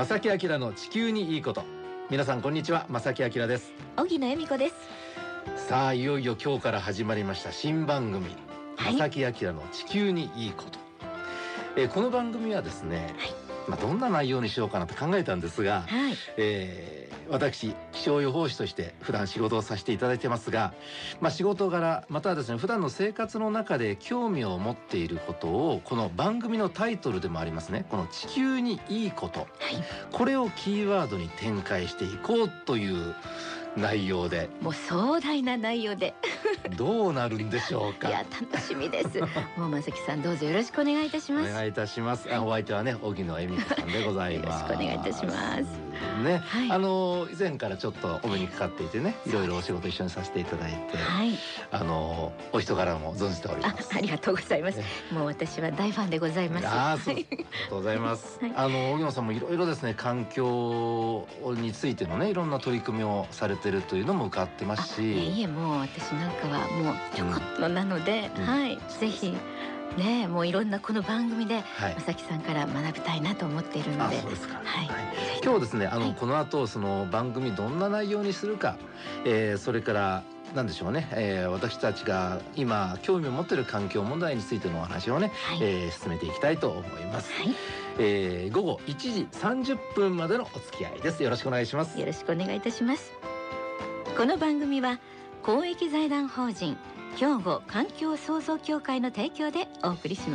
正木明の地球にいいこと。皆さんこんにちは、正木明です。 荻野恵美子です。 さあいよいよ今日から始まりました新番組、正木明の地球にいいこと。この番組はですね、どんな内容にしようかなと考えたんですが、私気象予報士として普段仕事をさせていただいてますが、仕事柄またはですね普段の生活の中で興味を持っていることをこの番組のタイトルでもありますね、この地球にいいこと、これをキーワードに展開していこうという内容で、 もう壮大な内容でどうなるんでしょうか。 いや楽しみです。もう正木さんどうぞよろしくお願いいたします。 お願いいたします。お相手はね荻野恵美子さんでございます。 よろしくお願いいたしますね。以前からちょっとお目にかかっていてね、いろいろお仕事一緒にさせていただいて、お人柄も存じております。 ありがとうございます。もう私は大ファンでございます。 ありがとうございます。荻野さんもいろいろですね環境についてのねいろんな取り組みをされてるというのも伺ってますし、 いえもう私なんかはもうちょこっとなので、ぜひね、もういろんなこの番組で正木さんから学びたいなと思っているので。 そうですか。今日ですねこの後その番組どんな内容にするか、それからなんでしょうね、私たちが今興味を持っている環境問題についてのお話をね、進めていきたいと思います。午後1時30分までのお付き合いです。よろしくお願いします。 よろしくお願いいたします。この番組は公益財団法人兵庫環境創造協会の提供でお送りします。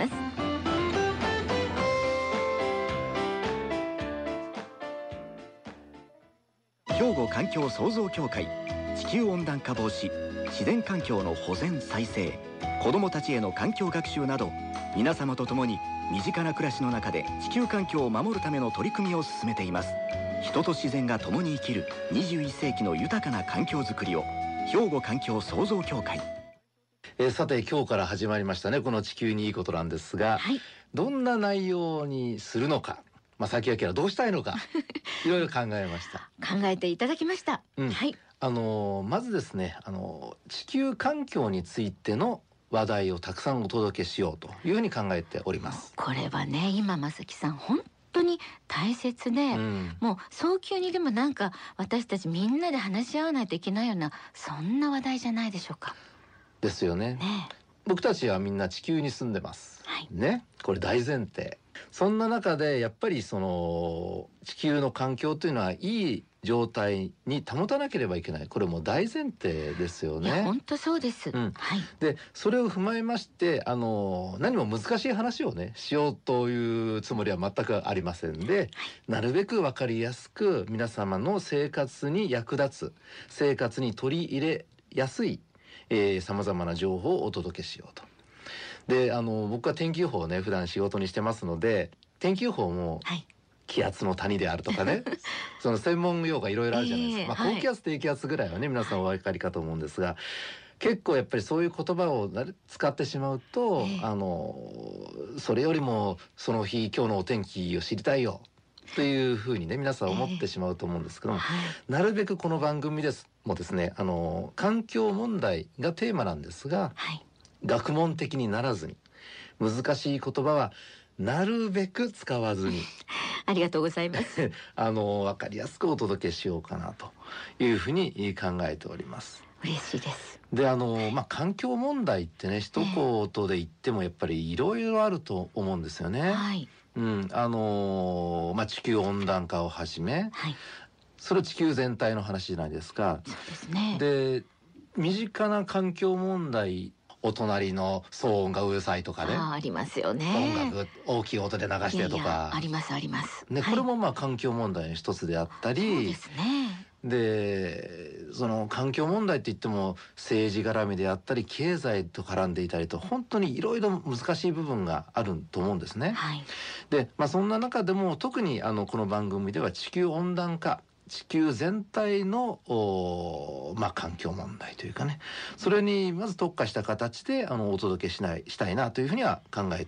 兵庫環境創造協会、地球温暖化防止、自然環境の保全再生、子どもたちへの環境学習など、皆様と共に身近な暮らしの中で地球環境を守るための取り組みを進めています。人と自然が共に生きる21世紀の豊かな環境づくりを、兵庫環境創造協会。 さて今日から始まりましたねこの地球にいいことなんですが、どんな内容にするのか、正木明どうしたいのかいろいろ考えました。 考えていただきました。 まずですね地球環境についての話題をたくさんお届けしようというふうに考えております。 これはね今正木さん本当に大切で、もう早急にでもなんか私たちみんなで話し合わないといけないようなそんな話題じゃないでしょうか。 ですよね。僕たちはみんな地球に住んでます、これ大前提。そんな中でやっぱりその地球の環境というのはいい状態に保たなければいけない、これも大前提ですよね。 本当そうです。 でそれを踏まえまして何も難しい話をねしようというつもりは全くありませんで、なるべく分かりやすく皆様の生活に役立つ、生活に取り入れやすいさまざまな情報をお届けしようと。で僕は天気予報をね普段仕事にしてますので、天気予報も気圧の谷であるとかねその専門用語がいろいろあるじゃないですか。高気圧低気圧ぐらいはね皆さんお分かりかと思うんですが、結構やっぱりそういう言葉を使ってしまうと、それよりもその日今日のお天気を知りたいよというふうにね皆さん思ってしまうと思うんですけども、なるべくこの番組もですね環境問題がテーマなんですが、学問的にならずに難しい言葉はなるべく使わずにありがとうございます分かりやすくお届けしようかなというふうに考えております。 嬉しいです。 で環境問題ってね一言で言ってもやっぱりいろいろあると思うんですよね。地球温暖化をはじめ、それは地球全体の話じゃないですか。 そうですね。 で身近な環境問題、お隣の騒音がうるさいとかね、 ありますよね。 音楽大きい音で流してとか、 ありますあります、 これも環境問題の一つであったり、 そうですね。 でその環境問題って言っても政治絡みであったり経済と絡んでいたりと本当にいろいろ難しい部分があると思うんですね。で、そんな中でも特にこの番組では地球温暖化、地球全体の環境問題というかね、それにまず特化した形でお届けしたいなというふうには考えて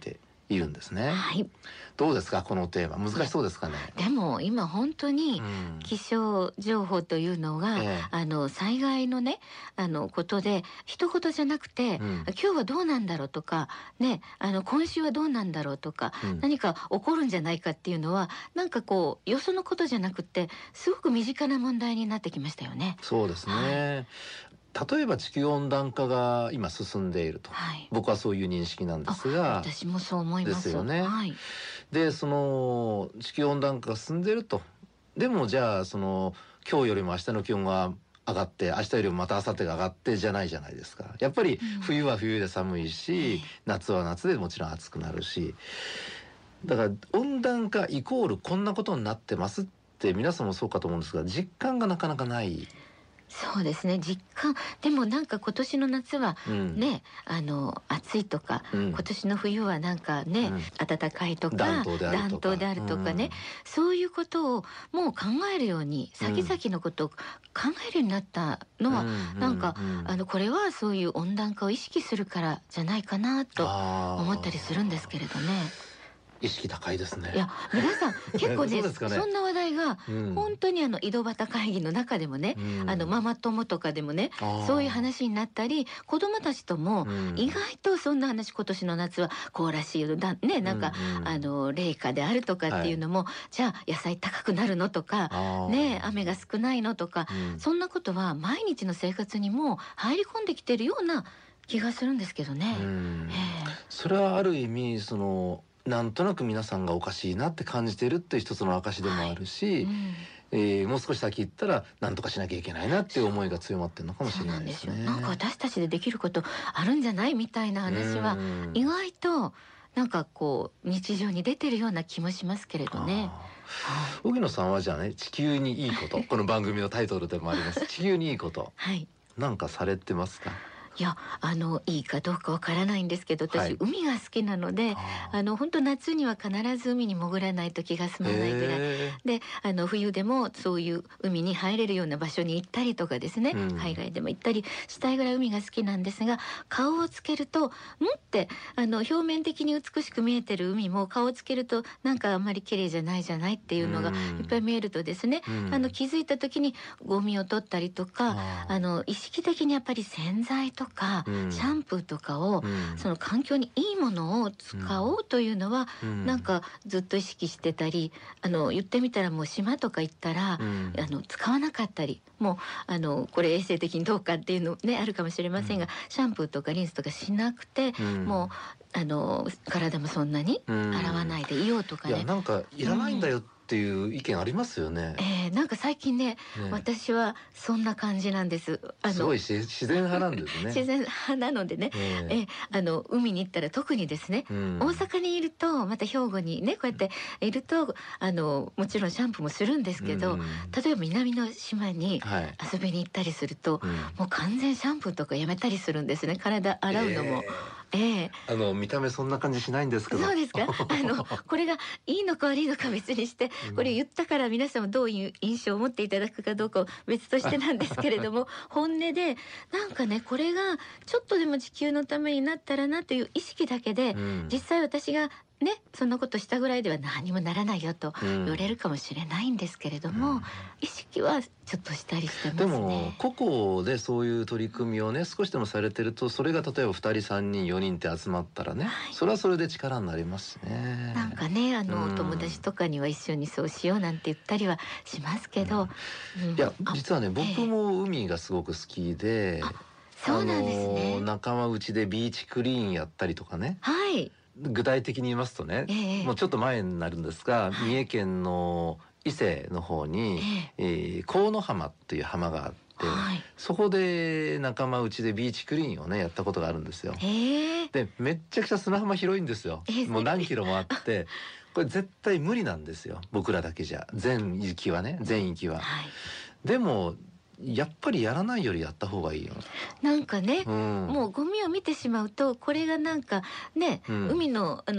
いるんですね。 はい。 どうですかこのテーマ、難しそうですかね。 でも今本当に気象情報というのが、災害のねことで一言じゃなくて、今日はどうなんだろうとかね、今週はどうなんだろうとか、何か起こるんじゃないかっていうのはなんかこうよそのことじゃなくてすごく身近な問題になってきましたよね。 そうですね。例えば地球温暖化が今進んでいると、僕はそういう認識なんですが、 私もそう思います。 ですよね。でその地球温暖化が進んでいると。でもじゃあその今日よりも明日の気温が上がって明日よりもまた明後日が上がってじゃないじゃないですか。やっぱり冬は冬で寒いし、夏は夏でもちろん暑くなるし、だから温暖化イコールこんなことになってますって皆さんもそうかと思うんですが、実感がなかなかない。 そうですね、実感でもなんか今年の夏はね、暑いとか、今年の冬はなんかね、暖かいとか暖冬であるとかね、そういうことをもう考えるように、先々のことを考えるようになったのは、なんかこれはそういう温暖化を意識するからじゃないかなと思ったりするんですけれどね。 意識高いですね。 いや皆さん結構ねそんな話題が本当に井戸端会議の中でもね、ママ友とかでもね、そういう話になったり、子供たちとも意外とそんな話、今年の夏はこうらしいよだね、なんか冷夏であるとかっていうのも、じゃあ野菜高くなるのとかね、雨が少ないのとか、そんなことは毎日の生活にも入り込んできてるような気がするんですけどね。 それはある意味そのなんとなく皆さんがおかしいなって感じているっていう一つの証でもあるし、もう少し先行ったら何とかしなきゃいけないなっていう思いが強まってるのかもしれないですね。 なんか私たちでできることあるんじゃないみたいな話は意外となんかこう日常に出てるような気もしますけれどね。 荻野さんはじゃあね、地球にいいことこの番組のタイトルでもあります地球にいいこと、なんかされてますか？ いやいいかどうかわからないんですけど、私、海が好きなので、本当夏には必ず海に潜らないと気が済まないぐらいで、冬でもそういう海に入れるような場所に行ったりとかですね、海外でも行ったりしたいぐらい海が好きなんですが、顔をつけるとって表面的に美しく見えてる海も顔をつけるとなんかあんまり綺麗じゃないじゃないっていうのがいっぱい見えるとですね、気づいた時にゴミを取ったりとか、意識的にやっぱり洗剤とかシャンプーとかを、その環境にいいものを使おうというのは、なんかずっと意識してたり、言ってみたらもう島とか行ったら、使わなかったり、もうこれ衛生的にどうかっていうのねあるかもしれませんが、シャンプーとかリンスとかしなくて、もう体もそんなに洗わないでいようとかね。 いやなんかいらないんだよっていう意見ありますよね。 なんか最近ね、私はそんな感じなんです。 すごい自然派なんですね。 自然派なのでね、海に行ったら特にですね、大阪にいるとまた兵庫にねこうやっているともちろんシャンプーもするんですけど、例えば南の島に遊びに行ったりすると、もう完全シャンプーとかやめたりするんですね、体洗うのも。 見た目そんな感じしないんですけど。 そうですか。これがいいのか悪いのか別にして、これ言ったから皆さんもどういう印象を持っていただくかどうかは別としてなんですけれども本音でなんかね、これがちょっとでも地球のためになったらなという意識だけで、実際私がねそんなことしたぐらいでは何もならないよと言われるかもしれないんですけれども、意識はちょっとしたりしてますね。 でも個々でそういう取り組みをね少しでもされてると、それが例えば2人3人4人って集まったらね、それはそれで力になりますね。 なんかね友達とかには一緒にそうしようなんて言ったりはしますけど、 いや実はね僕も海がすごく好きで、 そうなんですね。 仲間内でビーチクリーンやったりとかね。具体的に言いますとね、もうちょっと前になるんですが、三重県の伊勢の方に、河野浜っていう浜があって、そこで仲間内でビーチクリーンをねやったことがあるんですよ。でめっちゃくちゃ砂浜広いんですよ。もう何キロもあってこれ絶対無理なんですよ、僕らだけじゃ。全域は。でもやっぱりやらないよりやった方がいいよ。 なんかね、もうゴミを見てしまうとこれがなんかね、海の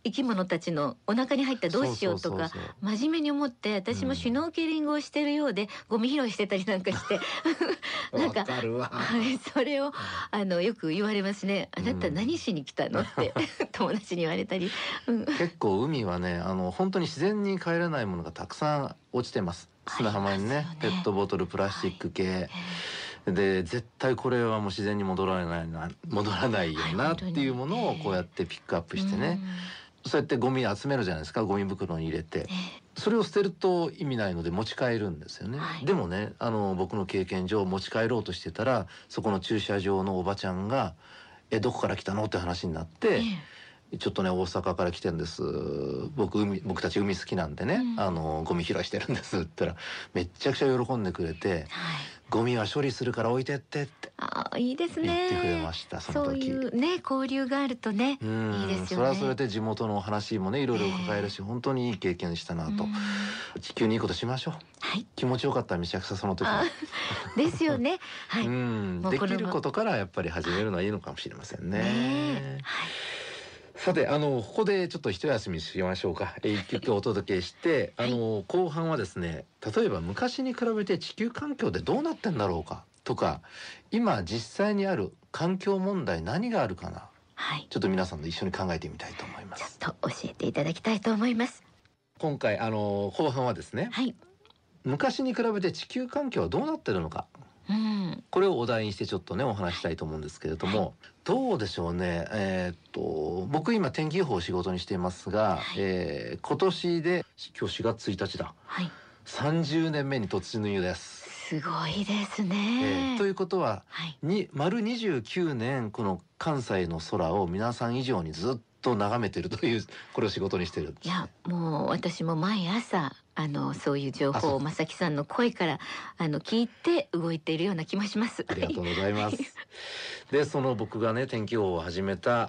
生き物たちのお腹に入ったらどうしようとかそう真面目に思って、私もシュノーケリングをしてるようでゴミ拾いしてたりなんかしてなんかわかるわ。 はい、それをよく言われますね。あなた何しに来たのって友達に言われたり、 結構海はね本当に自然に帰らないものがたくさん落ちてます。砂浜にねありますよねペットボトルプラスチック系、で絶対これはもう自然に戻らないよなっていうものをこうやってピックアップしてね、そうやってゴミ集めるじゃないですか、ゴミ袋に入れて。それを捨てると意味ないので持ち帰るんですよね、 はいでもね僕の経験上持ち帰ろうとしてたらそこの駐車場のおばちゃんが「どこから来たの?」って話になって「ちょっとね大阪から来てんです、僕たち海好きなんでね、ゴミ拾いしてるんです」って言ったらめっちゃくちゃ喜んでくれて「ゴミは処理するから置いてって」っていいですね。 言ってくれました。その時そういうね交流があるとねいいですよね。 それはそれで地元の話もねいろいろ抱えるし、本当にいい経験したなと、地球にいいことしましょう。 はい、 気持ちよかっためちゃくちゃその時ですよね。はい。 できることからやっぱり始めるのはいいのかもしれませんね。 はい。 さてここでちょっと一休みしましょうか。一曲お届けして後半はですね、例えば昔に比べて地球環境でどうなってんだろうかとか、今実際にある環境問題何があるかな、 はい、 ちょっと皆さんと一緒に考えてみたいと思います。 ちょっと教えていただきたいと思います。 今回後半はですね、 はい。 昔に比べて地球環境はどうなってるのか、これをお題にしてちょっとねお話したいと思うんですけれども、どうでしょうね。僕今天気予報を仕事にしていますが、今年で今日4月1日だ、30年目に突入です。 すごいですね。 ということは、丸29年この関西の空を皆さん以上にずっと眺めてるという、これを仕事にしてるんです。 いやもう私も毎朝そういう情報を正木さんの声から聞いて動いているような気もします。 ありがとうございますでその僕がね天気予報を始めた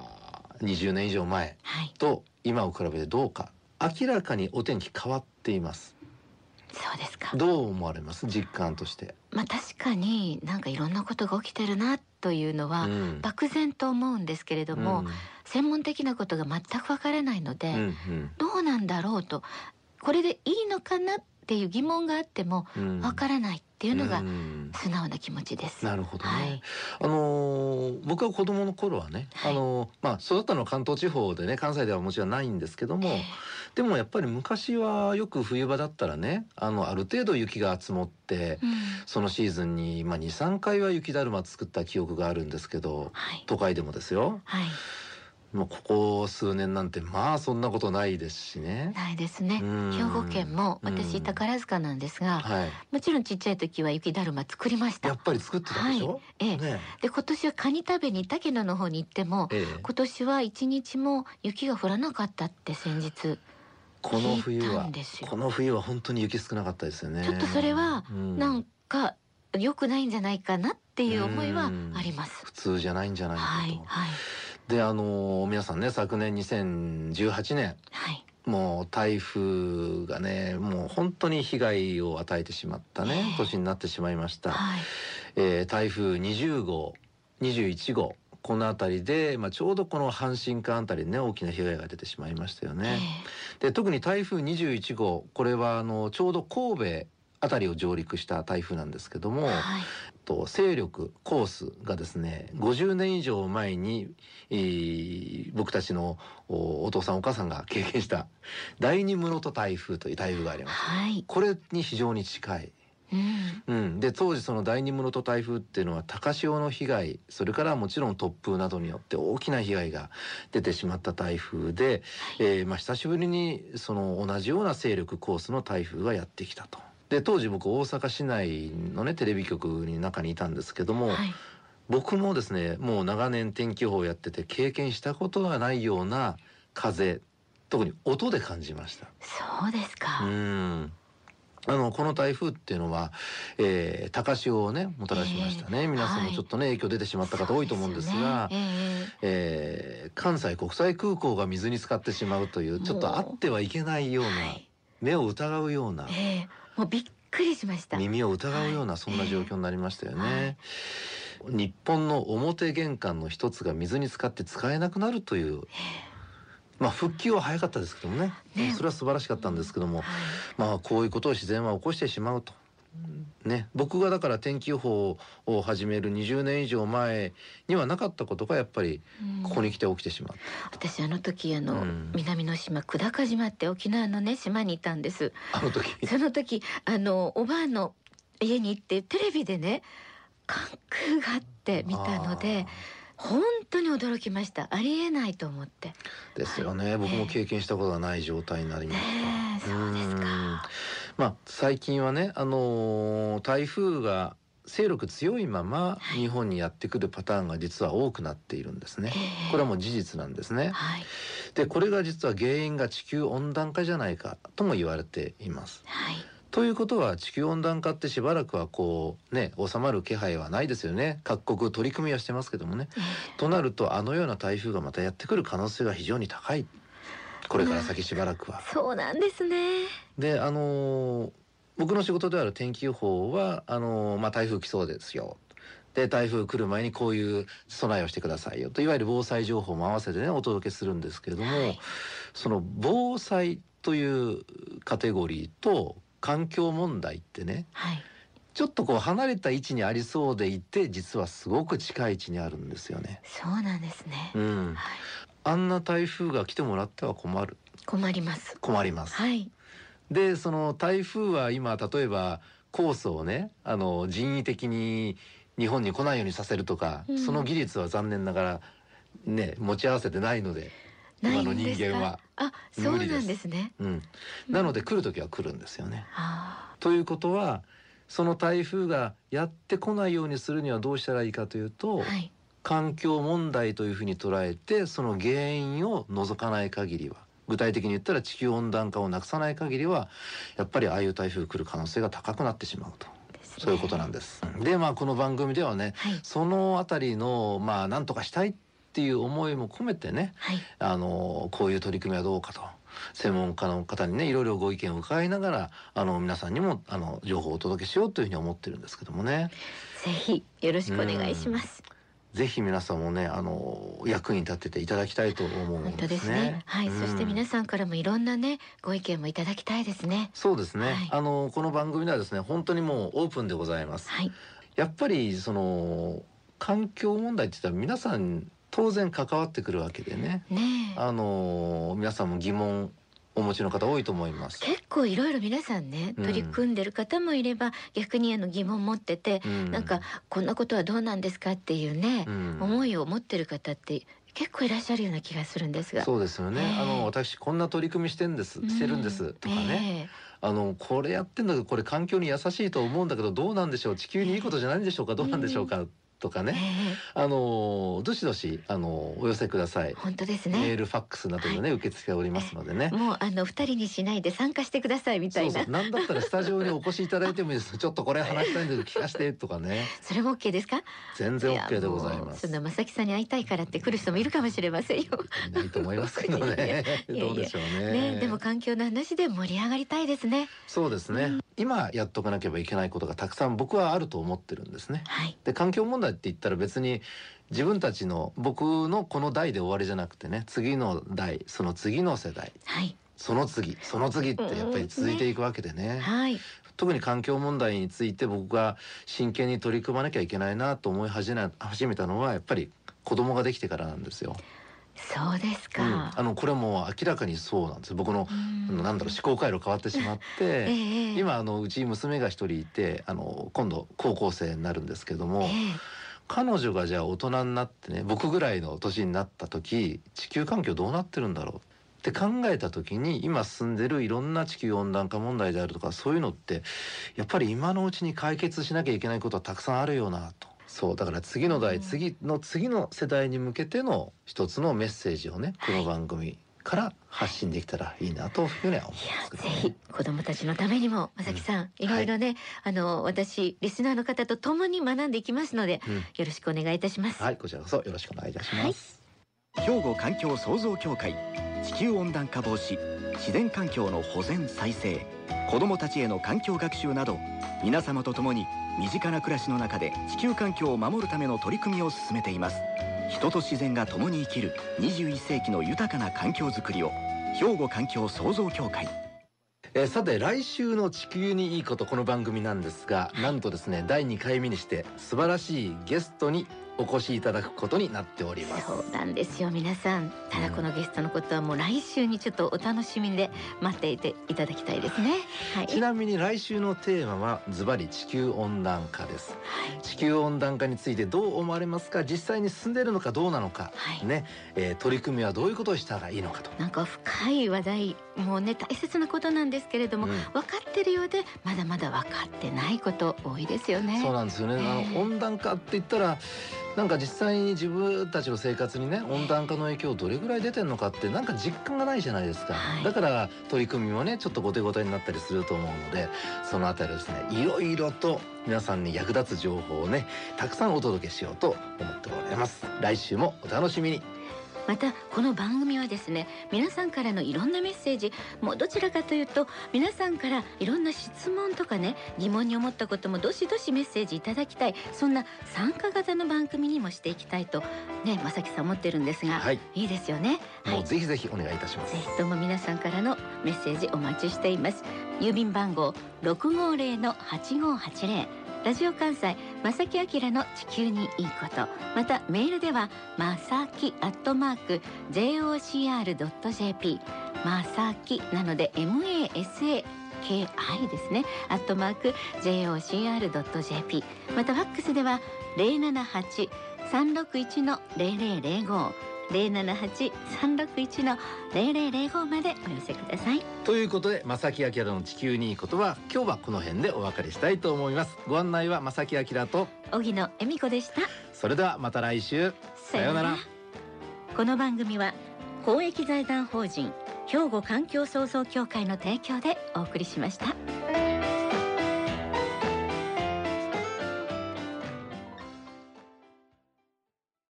20年以上前と今を比べてどうか、明らかにお天気変わっています。 そうですか。 どう思われます、実感として。 確かになんかいろんなことが起きてるなというのは、漠然と思うんですけれども、専門的なことが全くわからないので、どうなんだろうと、これでいいのかなっていう疑問があってもわからないっていうのが素直な気持ちです。 なるほどね。僕は子供の頃はね、育ったのは関東地方でね、関西ではもちろんないんですけども、でもやっぱり昔はよく冬場だったらね、ある程度雪が積もって、そのシーズンに2、3回は雪だるま作った記憶があるんですけど、都会でもですよ。もうここ数年なんてそんなことないですしね。 ないですね。兵庫県も私宝塚なんですが、もちろんちっちゃい時は雪だるま作りました。 やっぱり作ってたでしょ。 で今年はカニ食べに竹野の方に行っても、今年は一日も雪が降らなかったって先日この聞いたんですよ。 この冬は本当に雪少なかったですよね。 ちょっとそれはなんか良くないんじゃないかなっていう思いはあります。 普通じゃないんじゃないかと。で皆さんね、昨年2018年、もう台風がねもう本当に被害を与えてしまったね、年になってしまいました。台風20号21号この辺りで、ちょうどこの阪神間あたりでね大きな被害が出てしまいましたよね。で特に台風21号、これはちょうど神戸あたりを上陸した台風なんですけども、勢力コースがですね50年以上前に、僕たちのお父さんお母さんが経験した第二室戸台風という台風があります。これに非常に近い。で当時その第二室戸台風っていうのは高潮の被害、それからもちろん突風などによって大きな被害が出てしまった台風で、久しぶりにその同じような勢力コースの台風がやってきたと。で当時僕大阪市内のねテレビ局に中にいたんですけども、僕もですねもう長年天気予報をやってて経験したことがないような風、特に音で感じました。 そうですか。 この台風っていうのは、高潮をねもたらしましたね。皆さんもちょっとね影響出てしまった方多いと思うんですが、関西国際空港が水に浸かってしまうというちょっとあってはいけないような、目を疑うような、 もうびっくりしました。 耳を疑うような、そんな状況になりましたよね。日本の表玄関の一つが水に浸かって使えなくなるというまあ復旧は早かったですけどもね、それは素晴らしかったんですけども、まあこういうことを自然は起こしてしまうと。ね、僕がだから天気予報を始める20年以上前にはなかったことがやっぱりここに来て起きてしまう。 私あの時南の島久高島って沖縄のね島にいたんです。その時おばあの家に行ってテレビでね関空があって見たので本当に驚きました。ありえないと思ってですよね、僕も経験したことがない状態になりました。 そうですか。 まあ最近はね台風が勢力強いまま日本にやってくるパターンが実は多くなっているんですね。これはもう事実なんですね。でこれが実は原因が地球温暖化じゃないかとも言われています。ということは地球温暖化ってしばらくはこうね収まる気配はないですよね。各国取り組みはしてますけどもね。となるとあのような台風がまたやってくる可能性が非常に高い。これから先しばらくは。 そうなんですね。 で僕の仕事である天気予報はまあ、台風来そうですよ。で台風来る前にこういう備えをしてくださいよといわゆる防災情報も合わせてねお届けするんですけれども、その防災というカテゴリーと環境問題ってね、ちょっとこう離れた位置にありそうでいて実はすごく近い位置にあるんですよね。 そうなんですね。 あんな台風が来てもらっては困る。 困ります。 困ります。でその台風は今例えばコースをね人為的に日本に来ないようにさせるとか、その技術は残念ながらね持ち合わせてないので今の人間はそうなんですね。 なので来る時は来るんですよね。ということはその台風がやってこないようにするにはどうしたらいいかというと、環境問題というふうに捉えてその原因を除かない限りは、具体的に言ったら地球温暖化をなくさない限りはやっぱりああいう台風来る可能性が高くなってしまうと、そういうことなんです。でまあこの番組ではね、そのあたりのまあなんとかしたいっていう思いも込めてね、こういう取り組みはどうかと専門家の方にねいろいろご意見を伺いながら皆さんにも情報をお届けしようというふうに思ってるんですけどもね。 ぜひよろしくお願いします。 ぜひ皆さんもね役に立てていただきたいと思うんですね。 本当ですね。そして皆さんからもいろんなねご意見もいただきたいですね。 そうですね。この番組ではですね本当にもうオープンでございます。やっぱりその環境問題って言ったら皆さん当然関わってくるわけでね。皆さんも疑問お持ちの方多いと思います。 結構いろいろ皆さんね取り組んでる方もいれば、逆に疑問持ってて、なんかこんなことはどうなんですかっていうね、思いを持ってる方って結構いらっしゃるような気がするんですが。 そうですよね。私こんな取り組みしてるんですとかね。これやってんだけどこれ環境に優しいと思うんだけどどうなんでしょう、地球にいいことじゃないんでしょうか、どうなんでしょうかとかね、どしどしお寄せください。 本当ですね。 メールファックスなどでね、受け付けておりますのでね。 もう2人にしないで参加してくださいみたいな。 なんだったらスタジオにお越しいただいてもいいです。ちょっとこれ話したいんだけど聞かせてとかね。 それも OK ですか？ 全然 OK でございます。 そんな正木さんに会いたいからって来る人もいるかもしれませんよ。 いないと思いますけどね。どうでしょうね。 でも環境の話で盛り上がりたいですね。 そうですね。今やっとかなければいけないことがたくさん僕はあると思ってるんですね。で環境問題って言ったら別に自分たちの僕のこの代で終わりじゃなくてね、次の代その次の世代、その次ってやっぱり続いていくわけでね。特に環境問題について僕が真剣に取り組まなきゃいけないなと思い始めたのはやっぱり子供ができてからなんですよ。 そうですか。 これも明らかにそうなんです。僕の思考回路変わってしまって、今うち娘が一人いて今度高校生になるんですけども、彼女がじゃあ大人になってね僕ぐらいの年になった時地球環境どうなってるんだろうって考えた時に今進んでるいろんな地球温暖化問題であるとかそういうのってやっぱり今のうちに解決しなきゃいけないことはたくさんあるよなと。そうだから次の代、次の世代に向けての一つのメッセージをねこの番組から発信できたらいいなというふうには思いますけどね。 ぜひ子どもたちのためにも正木さん、いろいろね、私リスナーの方と共に学んでいきますので、よろしくお願いいたします。 こちらこそよろしくお願いいたします。 兵庫環境創造協会、地球温暖化防止、自然環境の保全再生、子どもたちへの環境学習など皆様と共に身近な暮らしの中で地球環境を守るための取り組みを進めています。 人と自然が共に生きる21世紀の豊かな環境づくりを、兵庫環境創造協会。 さて来週の地球にいいこと、この番組なんですが、なんとですね第2回目にして素晴らしいゲストにお越しいただくことになっております。 そうなんですよ皆さん。ただこのゲストのことはもう来週にちょっとお楽しみで待っていていただきたいですね。はい、 ちなみに来週のテーマはズバリ地球温暖化です。地球温暖化についてどう思われますか、実際に進んでいるのかどうなのか、ね、取り組みはどういうことをしたらいいのかと。 なんか深い話題、もうね大切なことなんですけれども、分かってるようでまだまだ分かってないこと多いですよね。 そうなんですよね。温暖化って言ったらなんか実際に自分たちの生活にね温暖化の影響どれぐらい出てるのかってなんか実感がないじゃないですか。だから取り組みもねちょっと後手後手になったりすると思うので、そのあたりですねいろいろと皆さんに役立つ情報をねたくさんお届けしようと思っております。来週もお楽しみに。 またこの番組はですね皆さんからのいろんなメッセージ、もうどちらかというと皆さんからいろんな質問とかね疑問に思ったこともどしどしメッセージいただきたい、そんな参加型の番組にもしていきたいとね正木さん思ってるんですが、いいですよね。 もうぜひぜひお願いいたします。 ぜひとも皆さんからのメッセージお待ちしています。郵便番号650-8580、ラジオ関西正木明の地球にいいこと、またメールではまさき@jocr.jp、 まさきなので MASAKI ですね@jocr.jp、 またファックスでは078-361-0005 078-361-0005までお寄せください。 ということで正木明の地球にいいことは今日はこの辺でお別れしたいと思います。ご案内は正木明と荻野恵美子でした。 それではまた来週、さようなら。 この番組は公益財団法人兵庫環境創造協会の提供でお送りしました。